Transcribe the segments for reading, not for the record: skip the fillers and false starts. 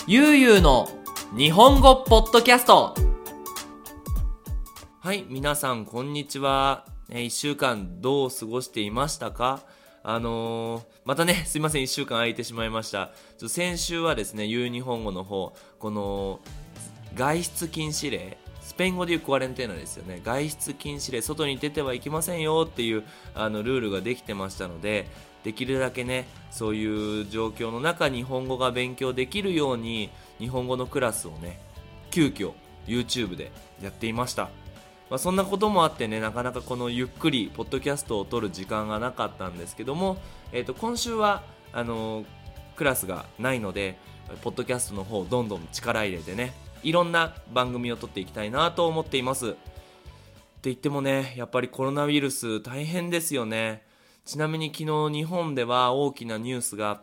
ゆうゆうの日本語ポッドキャスト。はい、皆さんこんにちは。1週間どう過ごしていましたか？またね、すいません、1週間空いてしまいました。先週はですね、ゆう日本語の方、この外出禁止令、スペイン語でいうクアレンテーナですよね。外出禁止令、外に出てはいけませんよっていうルールができてましたので、できるだけね、そういう状況の中、日本語が勉強できるように日本語のクラスをね、急遽 YouTube でやっていました。そんなこともあってね、なかなかこのゆっくりポッドキャストを撮る時間がなかったんですけども、今週はクラスがないので、ポッドキャストの方どんどん力入れてね、いろんな番組を撮っていきたいなと思っています。って言ってもね、やっぱりコロナウイルス大変ですよね。ちなみに昨日日本では大きなニュースがあって、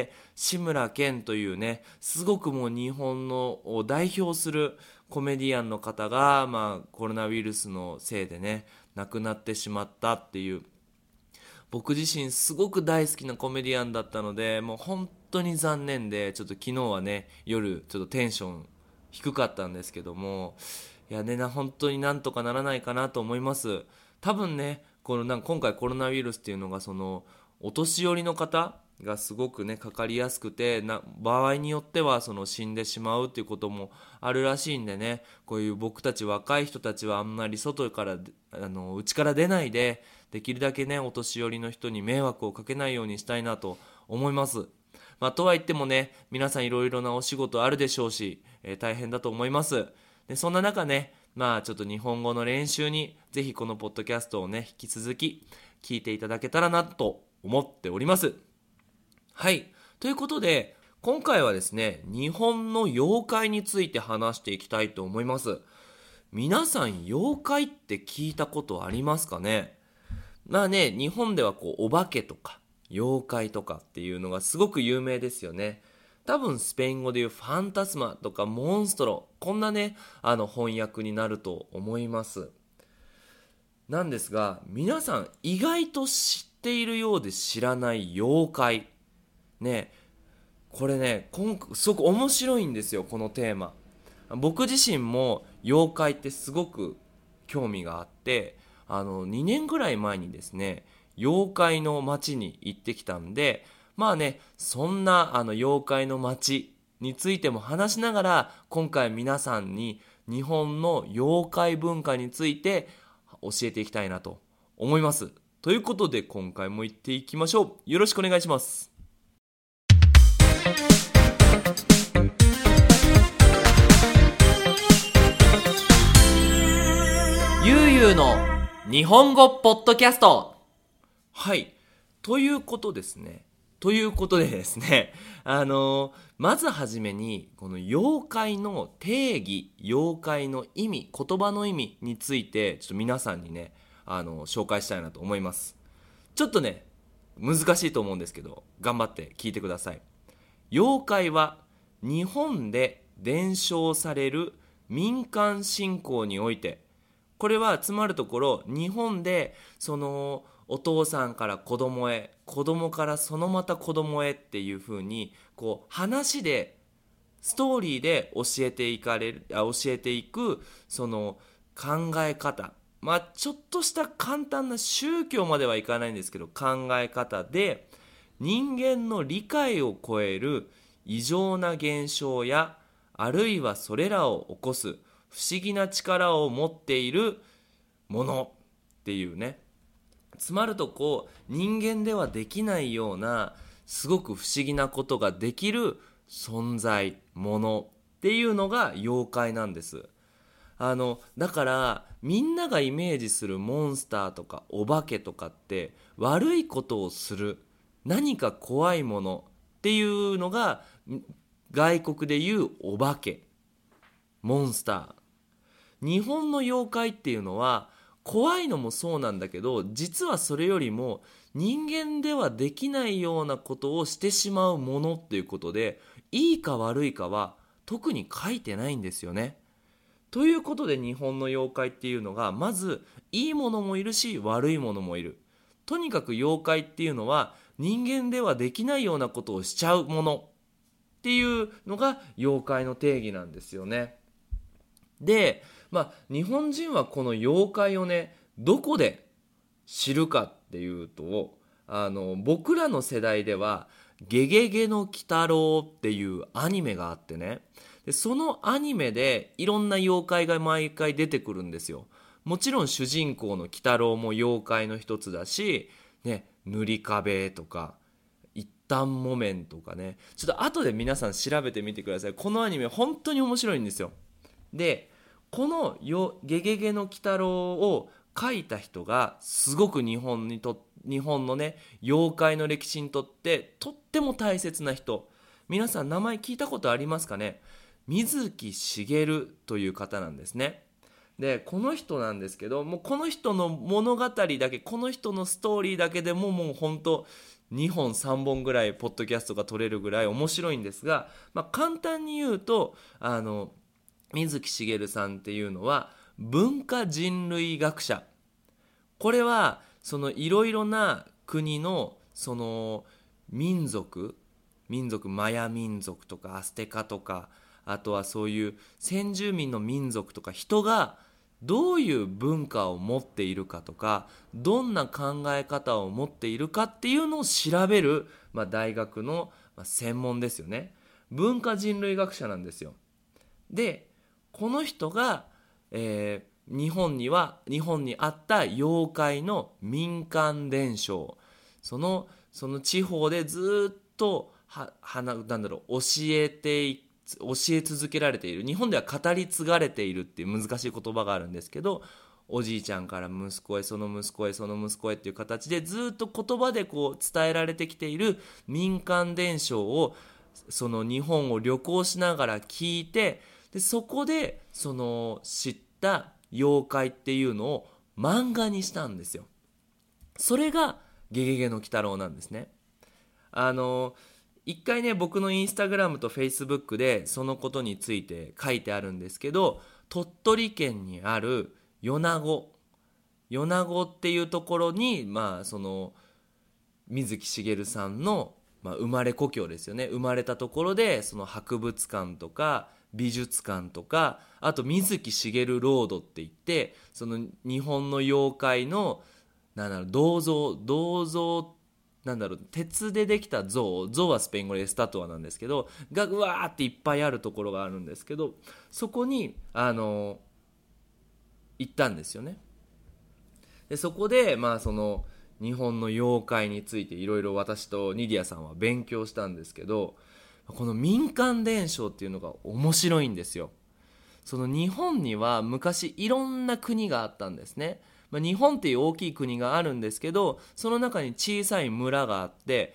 志村けんというね、すごくもう日本のを代表するコメディアンの方が、コロナウイルスのせいでね、亡くなってしまったっていう、僕自身すごく大好きなコメディアンだったので、もう本当に残念で、ちょっと昨日はね、夜ちょっとテンション低かったんですけども、いやね、本当になんとかならないかなと思います。多分ね、今回コロナウイルスっていうのが、そのお年寄りの方がすごくねかかりやすくて、場合によってはその死んでしまうっていうこともあるらしいんでね、こういう僕たち若い人たちはあんまり外から家から出ないで、できるだけねお年寄りの人に迷惑をかけないようにしたいなと思います。とは言ってもね、皆さんいろいろなお仕事あるでしょうし、大変だと思います。でそんな中ね、ちょっと日本語の練習にぜひこのポッドキャストをね引き続き聞いていただけたらなと思っております。はい、ということで今回はですね、日本の妖怪について話していきたいと思います。皆さん妖怪って聞いたことありますかね？日本ではお化けとか妖怪とかっていうのがすごく有名ですよね。多分スペイン語でいうファンタスマとかモンストロ、こんなね翻訳になると思います。なんですが、皆さん意外と知っているようで知らない妖怪ね、これねすごく面白いんですよ、このテーマ。僕自身も妖怪ってすごく興味があって、2年ぐらい前にですね、妖怪の街に行ってきたんで、そんな妖怪の街についても話しながら、今回皆さんに日本の妖怪文化について教えていきたいなと思います。ということで今回も行っていきましょう。よろしくお願いします。ゆうゆうの日本語ポッドキャスト。はい、ということでですね、まずはじめにこの妖怪の定義、妖怪の意味、言葉の意味についてちょっと皆さんにね紹介したいなと思います。ちょっとね難しいと思うんですけど、頑張って聞いてください。妖怪は日本で伝承される民間信仰において、これはつまるところ、日本でそのお父さんから子供へ、子供からそのまた子供へっていう風に話でストーリーで教えていくその考え方、ちょっとした簡単な宗教まではいかないんですけど、考え方で人間の理解を超える異常な現象や、あるいはそれらを起こす不思議な力を持っているものっていうね、つまると人間ではできないようなすごく不思議なことができる存在、ものっていうのが妖怪なんです。だからみんながイメージするモンスターとかお化けとかって悪いことをする、何か怖いものっていうのが外国でいうお化け、モンスター。日本の妖怪っていうのは怖いのもそうなんだけど、実はそれよりも人間ではできないようなことをしてしまうものっていうことで、いいか悪いかは特に書いてないんですよね。ということで日本の妖怪っていうのが、まずいいものもいるし悪いものもいる。とにかく妖怪っていうのは人間ではできないようなことをしちゃうものっていうのが妖怪の定義なんですよね。で、日本人はこの妖怪をね、どこで知るかっていうと、僕らの世代ではゲゲゲの鬼太郎っていうアニメがあってね、でそのアニメでいろんな妖怪が毎回出てくるんですよ。もちろん主人公の鬼太郎も妖怪の一つだし、ね、塗り壁とか一反木綿とかね、ちょっと後で皆さん調べてみてください。このアニメ本当に面白いんですよ。でこのゲゲゲの鬼太郎を描いた人がすごく日本のね、妖怪の歴史にとってとっても大切な人。皆さん名前聞いたことありますかね。水木しげるという方なんですね。でこの人なんですけど、もうこの人の物語だけ、この人のストーリーだけでももう本当2本3本ぐらいポッドキャストが撮れるぐらい面白いんですが、簡単に言うと水木しげるさんっていうのは文化人類学者。これはそのいろいろな国のその民族、マヤ民族とかアステカとか、あとはそういう先住民の民族とか人がどういう文化を持っているかとか、どんな考え方を持っているかっていうのを調べる、大学の専門ですよね。文化人類学者なんですよ。でこの人が、日本にあった妖怪の民間伝承、その地方でずっと教え続けられている、日本では語り継がれているっていう難しい言葉があるんですけど、おじいちゃんから息子へ、その息子へ、その息子へっていう形でずっと言葉でこう伝えられてきている民間伝承を、その日本を旅行しながら聞いて、でそこでその知った妖怪っていうのを漫画にしたんですよ。それがゲゲゲの鬼太郎なんですね。一回ね、僕のインスタグラムとフェイスブックでそのことについて書いてあるんですけど、鳥取県にある米子っていうところに、その水木しげるさんの、生まれ故郷ですよね。生まれたところでその博物館とか美術館とか、あと水木しげるロードって言って、その日本の妖怪の銅像、鉄でできた像はスペイン語でスタトゥアなんですけど、がうわーっていっぱいあるところがあるんですけど、そこに行ったんですよね。でそこでその日本の妖怪についていろいろ私とニディアさんは勉強したんですけど、この民間伝承っていうのが面白いんですよ。その日本には昔いろんな国があったんですね。日本っていう大きい国があるんですけど、その中に小さい村があって、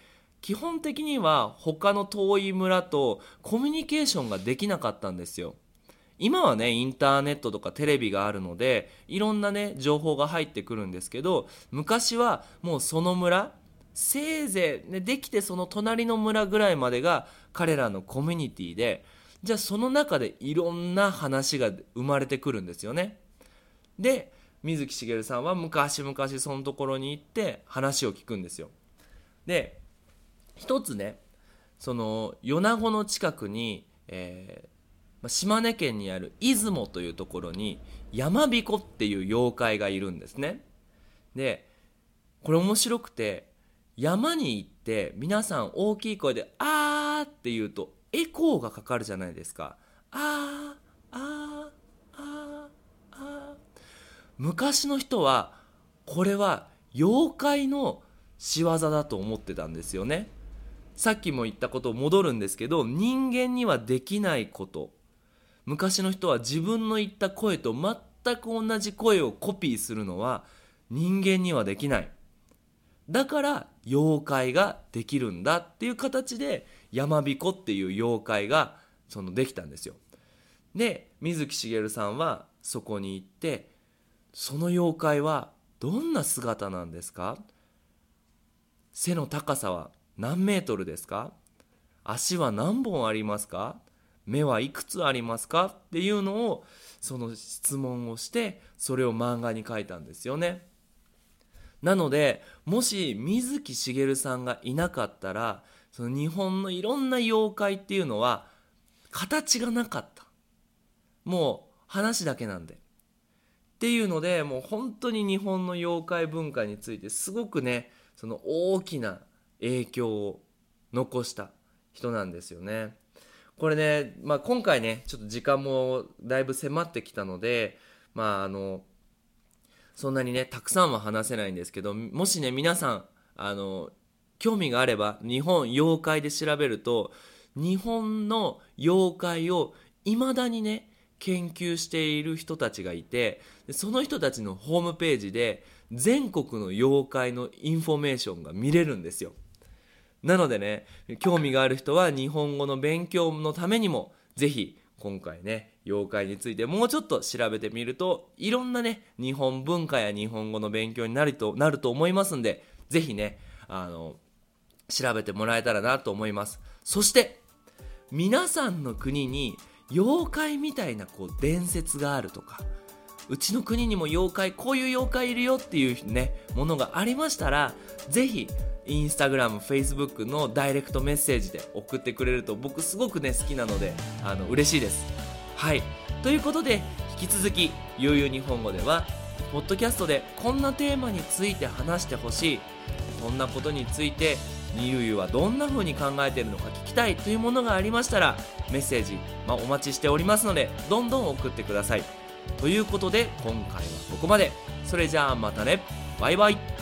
基本的には他の遠い村とコミュニケーションができなかったんですよ。今はね、インターネットとかテレビがあるのでいろんなね情報が入ってくるんですけど、昔はもうその村、せいぜい、ね、できてその隣の村ぐらいまでが彼らのコミュニティで、じゃあその中でいろんな話が生まれてくるんですよね。で水木しげるさんは昔々そのところに行って話を聞くんですよ。で一つね、その米子の近くに、島根県にある出雲というところに山彦っていう妖怪がいるんですね。でこれ面白くて、山に行って皆さん大きい声であーって言うとエコーがかかるじゃないですか。あーあーあーあー。昔の人はこれは妖怪の仕業だと思ってたんですよね。さっきも言ったことを戻るんですけど、人間にはできないこと、昔の人は自分の言った声と全く同じ声をコピーするのは人間にはできない。だから妖怪ができるんだっていう形で山彦っていう妖怪ができたんですよ。で水木しげるさんはそこに行って、その妖怪はどんな姿なんですか、背の高さは何メートルですか、足は何本ありますか、目はいくつありますかっていうのを、その質問をして、それを漫画に書いたんですよね。なのでもし水木しげるさんがいなかったら、 その日本のいろんな妖怪っていうのは形がなかった。もう話だけなんで。っていうので、もう本当に日本の妖怪文化についてすごくね、その大きな影響を残した人なんですよね。これね、今回ね、ちょっと時間もだいぶ迫ってきたので、そんなにね、たくさんは話せないんですけど、もしね、皆さん、興味があれば、日本妖怪で調べると、日本の妖怪を未だにね、研究している人たちがいて、その人たちのホームページで全国の妖怪のインフォメーションが見れるんですよ。なのでね、興味がある人は日本語の勉強のためにもぜひ今回ね、妖怪についてもうちょっと調べてみると、いろんなね、日本文化や日本語の勉強になると思いますんで、ぜひね、調べてもらえたらなと思います。そして皆さんの国に妖怪みたいな伝説があるとか、うちの国にも妖怪、こういう妖怪いるよっていうね、ものがありましたら、ぜひインスタグラム、フェイスブックのダイレクトメッセージで送ってくれると、僕すごくね好きなので嬉しいです。はい、ということで引き続きゆうゆう日本語ではポッドキャストでこんなテーマについて話してほしい、こんなことについてゆうゆうはどんな風に考えているのか聞きたいというものがありましたら、メッセージ、お待ちしておりますので、どんどん送ってください。ということで今回はここまで。それじゃあまたね、バイバイ。